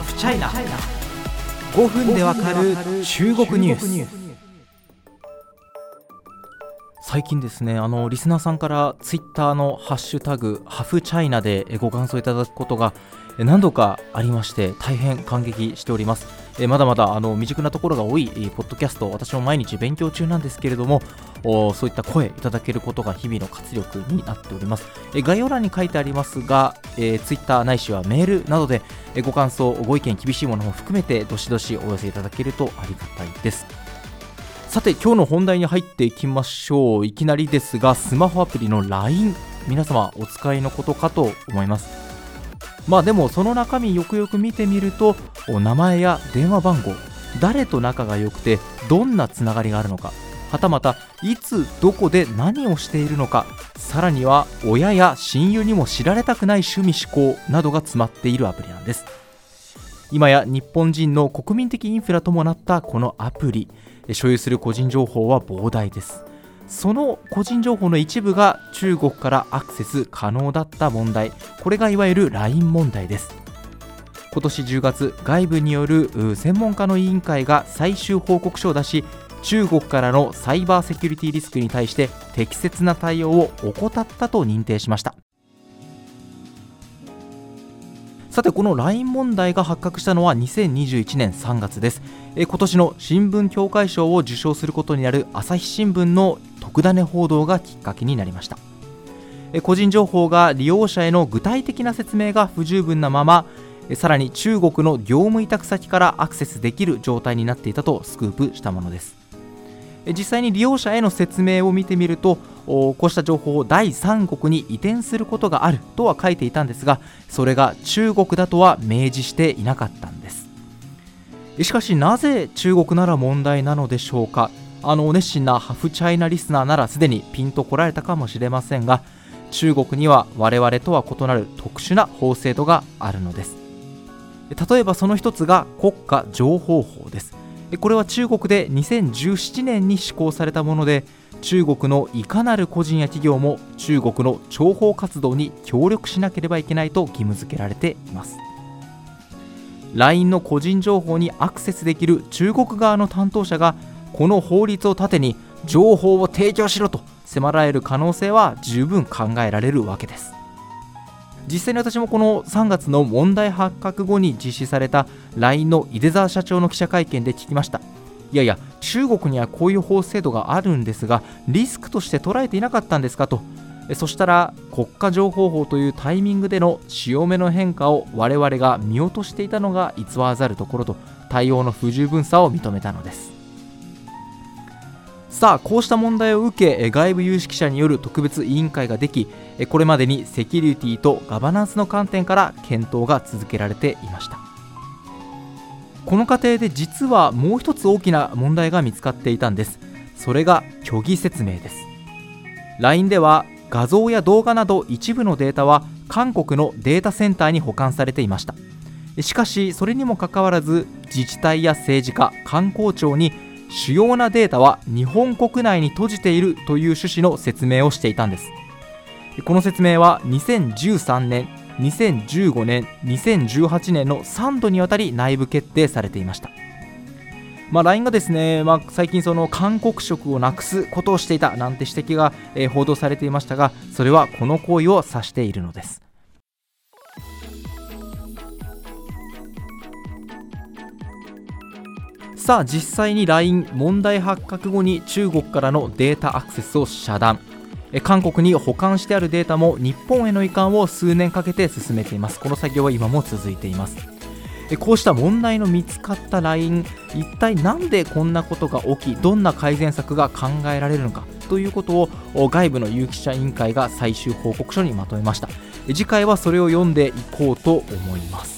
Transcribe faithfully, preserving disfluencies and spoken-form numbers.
フチャイナ。ごふんでわかる中国ニュース。最近ですね、あのリスナーさんからツイッターのハッシュタグハフチャイナでご感想いただくことが何度かありまして、大変感激しております。えまだまだあの未熟なところが多いポッドキャスト、私も毎日勉強中なんですけれども、そういった声いただけることが日々の活力になっております。え概要欄に書いてありますが、えー、ツイッターないしはメールなどでえご感想、ご意見、厳しいものも含めてどしどしお寄せいただけるとありがたいです。さて、今日の本題に入っていきましょう。いきなりですが、スマホアプリの ライン、 皆様お使いのことかと思います。まあでもその中身よくよく見てみると、お名前や電話番号、誰と仲が良くてどんなつながりがあるのか、はたまたいつどこで何をしているのか、さらには親や親友にも知られたくない趣味嗜好などが詰まっているアプリなんです。今や日本人の国民的インフラともなったこのアプリ、所有する個人情報は膨大です。その個人情報の一部が中国からアクセス可能だった問題、これがいわゆる ライン 問題です。今年じゅうがつ、外部による専門家の委員会が最終報告書を出し、中国からのサイバーセキュリティリスクに対して適切な対応を怠ったと認定しました。さて、この ライン 問題が発覚したのはにせんにじゅういちねんさんがつです。え今年の新聞協会賞を受賞することになる朝日新聞の特ダネ報道がきっかけになりました。え個人情報が利用者への具体的な説明が不十分なまま、えさらに中国の業務委託先からアクセスできる状態になっていたとスクープしたものです。実際に利用者への説明を見てみると、こうした情報を第三国に移転することがあるとは書いていたんですが、それが中国だとは明示していなかったんです。しかし、なぜ中国なら問題なのでしょうか。あの熱心なハフチャイナリスナーならすでにピンとこられたかもしれませんが、中国には我々とは異なる特殊な法制度があるのです。例えばその一つが国家情報法です。これは中国でにせんじゅうななねんに施行されたもので、中国のいかなる個人や企業も中国の諜報活動に協力しなければいけないと義務付けられています。 ライン の個人情報にアクセスできる中国側の担当者がこの法律を盾に情報を提供しろと迫られる可能性は十分考えられるわけです。実際に私もこのさんがつの問題発覚後に実施された ライン の井出沢社長の記者会見で聞きました。いやいや、中国にはこういう法制度があるんですが、リスクとして捉えていなかったんですかと。そしたら国家情報法というタイミングでの潮目の変化を我々が見落としていたのが偽らざるところと、対応の不十分さを認めたのです。さあ、こうした問題を受け、外部有識者による特別委員会ができ、これまでにセキュリティとガバナンスの観点から検討が続けられていました。この過程で実はもう一つ大きな問題が見つかっていたんです。それが虚偽説明です。 ライン では画像や動画など一部のデータは韓国のデータセンターに保管されていました。しかしそれにもかかわらず、自治体や政治家、観光庁に主要なデータは日本国内に閉じているという趣旨の説明をしていたんです。この説明はにせんじゅうさんねん、にせんじゅうごねん、にせんじゅうはちねんのさんどにわたり内部決定されていました。まあ、ライン がですね、まあ、最近その韓国色をなくすことをしていたなんて指摘が、えー、報道されていましたが、それはこの行為を指しているのです。さあ、実際に ライン 問題発覚後に中国からのデータアクセスを遮断、韓国に保管してあるデータも日本への移管を数年かけて進めています。この作業は今も続いています。こうした問題の見つかった ライン、 一体なんでこんなことが起き、どんな改善策が考えられるのかということを外部の有識者委員会が最終報告書にまとめました。次回はそれを読んでいこうと思います。